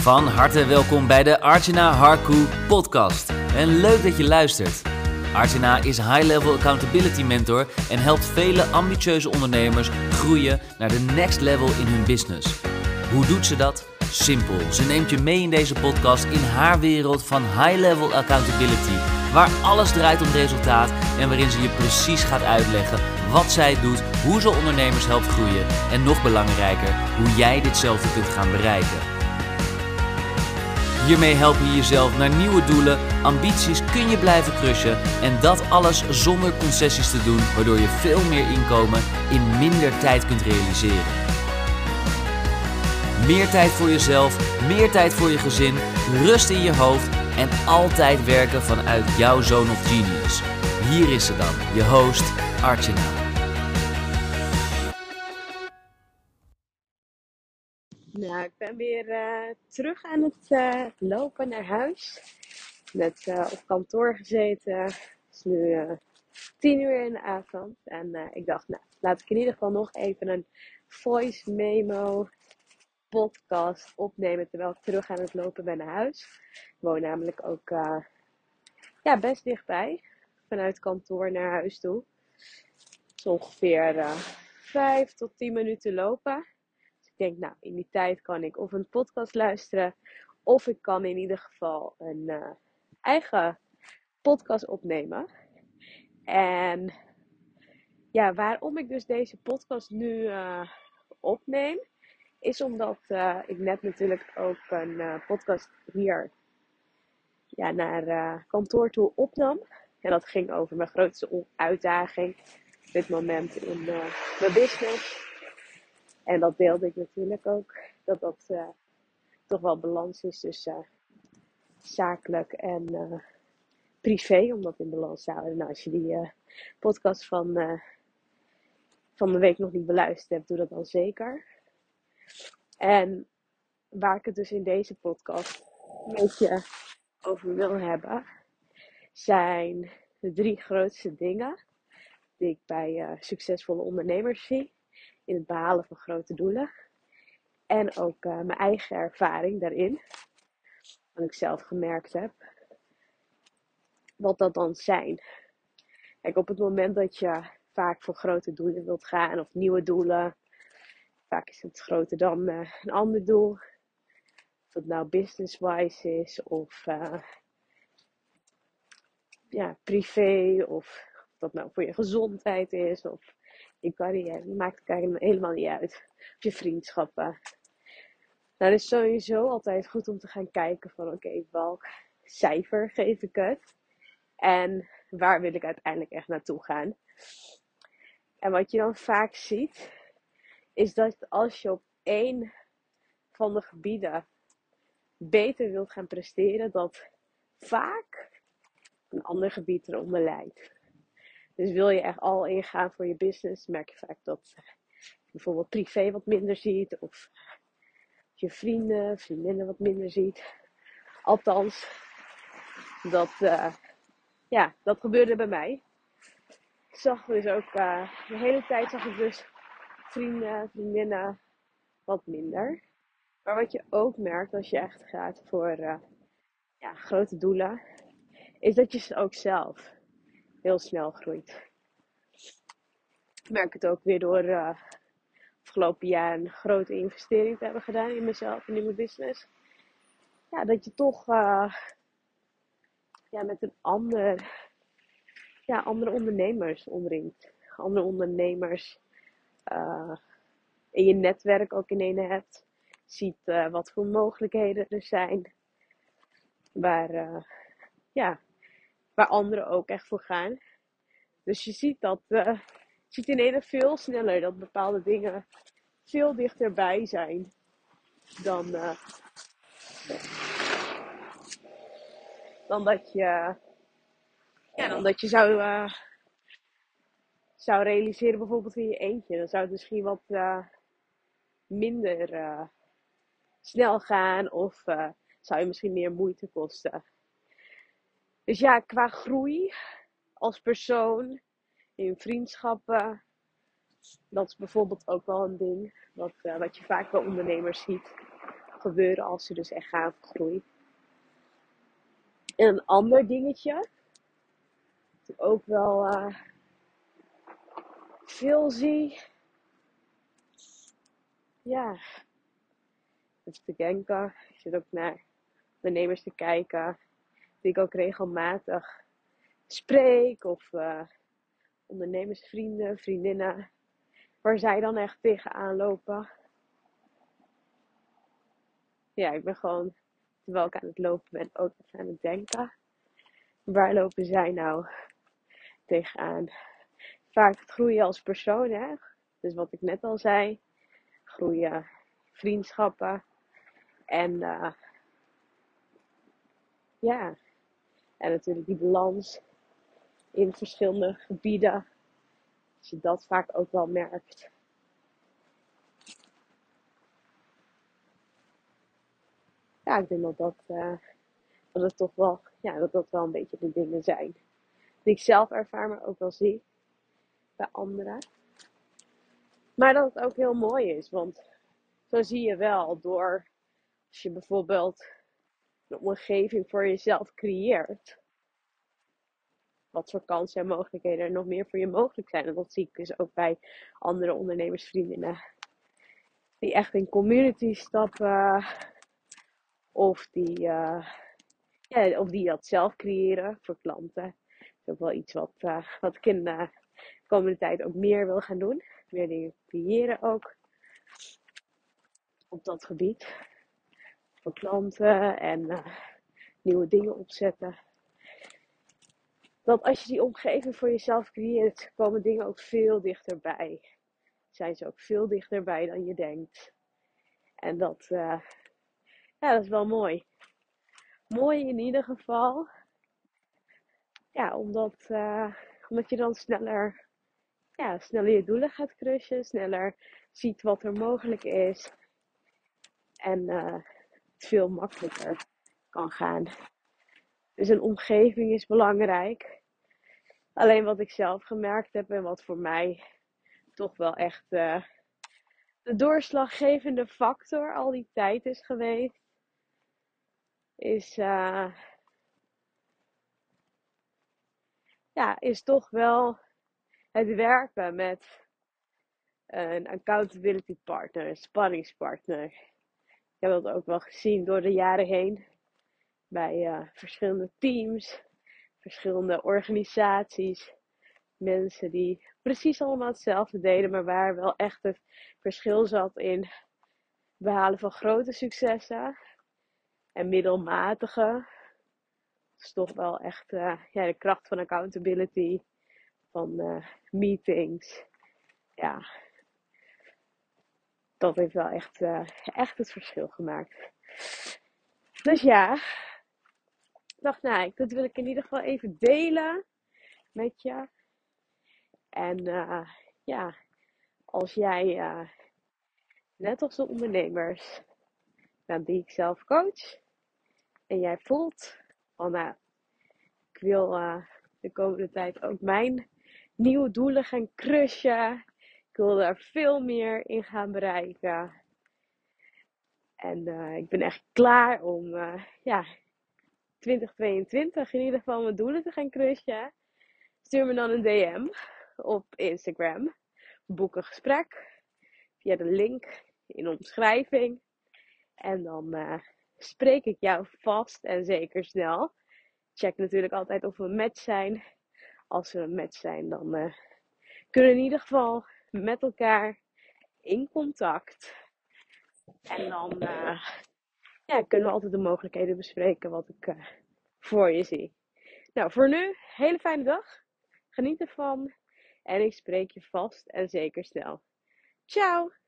Van harte welkom bij de Archana Harku podcast. En leuk dat je luistert. Archana is High Level Accountability Mentor en helpt vele ambitieuze ondernemers groeien naar de next level in hun business. Hoe doet ze dat? Simpel. Ze neemt je mee in deze podcast in haar wereld van High Level Accountability, waar alles draait om resultaat en waarin ze je precies gaat uitleggen wat zij doet, hoe ze ondernemers helpt groeien en nog belangrijker, hoe jij ditzelfde kunt gaan bereiken. Hiermee help je jezelf naar nieuwe doelen, ambities kun je blijven crushen en dat alles zonder concessies te doen, waardoor je veel meer inkomen in minder tijd kunt realiseren. Meer tijd voor jezelf, meer tijd voor je gezin, rust in je hoofd en altijd werken vanuit jouw zone of genius. Hier is ze dan, je host Archana. Nou, ik ben weer terug aan het lopen naar huis. Net op kantoor gezeten. Het is nu 10 uur in de avond. En ik dacht, nou, laat ik in ieder geval nog even een voice memo podcast opnemen terwijl ik terug aan het lopen ben naar huis. Ik woon namelijk ook best dichtbij. Vanuit kantoor naar huis toe. Het is ongeveer 5 tot 10 minuten lopen. Ik denk, nou, in die tijd kan ik of een podcast luisteren, of ik kan in ieder geval een eigen podcast opnemen. En ja, waarom ik dus deze podcast nu opneem, is omdat ik net natuurlijk ook een podcast hier naar kantoor toe opnam. En dat ging over mijn grootste uitdaging op dit moment in mijn business. En dat deelde ik natuurlijk ook, dat toch wel balans is tussen zakelijk en privé, om dat in balans te houden. Nou, als je die podcast van de week nog niet beluisterd hebt, doe dat dan zeker. En waar ik het dus in deze podcast een beetje over wil hebben, zijn de 3 grootste dingen die ik bij succesvolle ondernemers zie in het behalen van grote doelen. En ook mijn eigen ervaring daarin. Wat ik zelf gemerkt heb. Wat dat dan zijn. Kijk, op het moment dat je vaak voor grote doelen wilt gaan. Of nieuwe doelen. Vaak is het groter dan een ander doel. Of het nou business-wise is. Of privé. Of dat nou voor je gezondheid is. Of je carrière. Dat maakt het eigenlijk helemaal niet uit. Of je vriendschappen. Nou, het is sowieso altijd goed om te gaan kijken van oké, welk cijfer geef ik het? En waar wil ik uiteindelijk echt naartoe gaan? En wat je dan vaak ziet, is dat als je op 1 van de gebieden beter wilt gaan presteren, dat vaak een ander gebied eronder lijdt. Dus wil je echt al ingaan voor je business, merk je vaak dat je bijvoorbeeld privé wat minder ziet, of je vriendinnen wat minder ziet. Althans, dat gebeurde bij mij. Ik zag dus ook, de hele tijd zag ik dus vriendinnen wat minder. Maar wat je ook merkt als je echt gaat voor grote doelen, is dat je ook zelf heel snel groeit. Ik merk het ook weer door afgelopen jaar een grote investering te hebben gedaan in mezelf en in mijn business. Ja, dat je toch met een andere ondernemers omringt. Andere ondernemers in je netwerk ook in ene hebt. Ziet wat voor mogelijkheden er zijn. Waar anderen ook echt voor gaan. Dus je ziet ziet in ene veel sneller dat bepaalde dingen veel dichterbij zijn dan dat je zou realiseren bijvoorbeeld in je eentje. Dan zou het misschien wat minder snel gaan of zou je misschien meer moeite kosten. Dus ja, qua groei als persoon, in vriendschappen, dat is bijvoorbeeld ook wel een ding wat je vaak bij ondernemers ziet. gebeuren als ze dus echt gaan voor groei. En een ander dingetje, dat ik ook wel veel zie. Ja, even te denken. Ik zit ook naar ondernemers te kijken. Die ik ook regelmatig spreek. Of ondernemersvrienden, vriendinnen. Waar zij dan echt tegenaan lopen. Ja, ik ben gewoon, terwijl ik aan het lopen ben, ook even aan het denken. Waar lopen zij nou tegenaan? Vaak het groeien als persoon, hè. Dus wat ik net al zei. Groeien vriendschappen. En ja, en natuurlijk die balans in verschillende gebieden. Als je dat vaak ook wel merkt. Ja, ik denk dat het toch wel, ja, dat wel een beetje de dingen zijn. Die ik zelf ervaar, maar ook wel zie bij anderen. Maar dat het ook heel mooi is, want zo zie je wel door, als je bijvoorbeeld een omgeving voor jezelf creëert, wat voor kansen en mogelijkheden er nog meer voor je mogelijk zijn. En dat zie ik dus ook bij andere ondernemersvriendinnen. Die echt in community stappen. Of die dat zelf creëren voor klanten. Dat is ook wel iets wat ik in de komende tijd ook meer wil gaan doen. Meer dingen creëren ook. Op dat gebied. Voor klanten en nieuwe dingen opzetten. Dat als je die omgeving voor jezelf creëert, komen dingen ook veel dichterbij. Zijn ze ook veel dichterbij dan je denkt. En dat is wel mooi. Mooi in ieder geval. Ja, omdat je dan sneller je doelen gaat crushen. Sneller ziet wat er mogelijk is. En het veel makkelijker kan gaan. Dus een omgeving is belangrijk. Alleen wat ik zelf gemerkt heb en wat voor mij toch wel echt de doorslaggevende factor al die tijd is geweest. Is toch wel het werken met een accountability partner, een spanningspartner. Ik heb dat ook wel gezien door de jaren heen. Bij verschillende teams, verschillende organisaties. Mensen die precies allemaal hetzelfde deden, maar waar wel echt het verschil zat in het behalen van grote successen. En middelmatige. Dat is toch wel echt de kracht van accountability. Van meetings. Ja, dat heeft wel echt het verschil gemaakt. Dus ja, ik dacht, dat wil ik in ieder geval even delen met je. En als jij, net als de ondernemers, die ik zelf coach, en jij voelt van, ik wil de komende tijd ook mijn nieuwe doelen gaan crushen. Ik wil daar veel meer in gaan bereiken. En ik ben echt klaar om 2022 in ieder geval mijn doelen te gaan crushen. Stuur me dan een DM op Instagram. Boek een gesprek via de link in de omschrijving. En dan spreek ik jou vast en zeker snel. Check natuurlijk altijd of we een match zijn. Als we een match zijn, dan kunnen we in ieder geval met elkaar in contact. En dan kunnen we altijd de mogelijkheden bespreken wat ik voor je zie. Nou, voor nu, hele fijne dag. Geniet ervan. En ik spreek je vast en zeker snel. Ciao!